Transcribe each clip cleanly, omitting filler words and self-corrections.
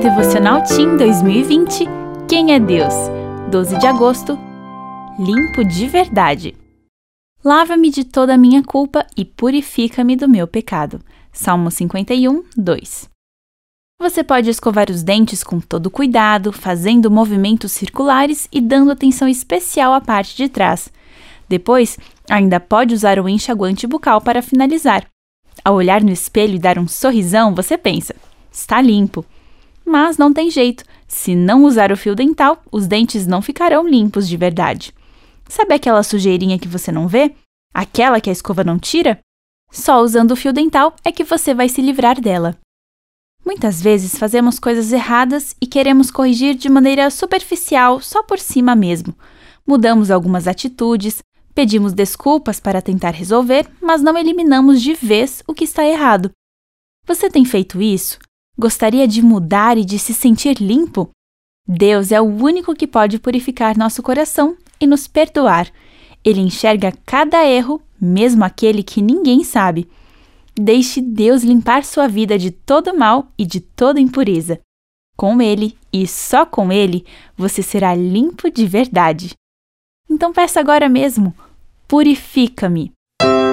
Devocional Team 2020, Quem é Deus? 12 de agosto, limpo de verdade. Lava-me de toda a minha culpa e purifica-me do meu pecado. Salmo 51, 2. Você pode escovar os dentes com todo cuidado, fazendo movimentos circulares e dando atenção especial à parte de trás. Depois, ainda pode usar o enxaguante bucal para finalizar. Ao olhar no espelho e dar um sorrisão, você pensa, está limpo. Mas não tem jeito, se não usar o fio dental, os dentes não ficarão limpos de verdade. Sabe aquela sujeirinha que você não vê? Aquela que a escova não tira? Só usando o fio dental é que você vai se livrar dela. Muitas vezes fazemos coisas erradas e queremos corrigir de maneira superficial, só por cima mesmo. Mudamos algumas atitudes, pedimos desculpas para tentar resolver, mas não eliminamos de vez o que está errado. Você tem feito isso? Gostaria de mudar e de se sentir limpo? Deus é o único que pode purificar nosso coração e nos perdoar. Ele enxerga cada erro, mesmo aquele que ninguém sabe. Deixe Deus limpar sua vida de todo mal e de toda impureza. Com Ele, e só com Ele, você será limpo de verdade. Então peça agora mesmo, purifica-me.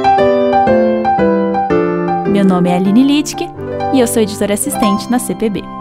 Meu nome é Aline Littke e eu sou editora assistente na CPB.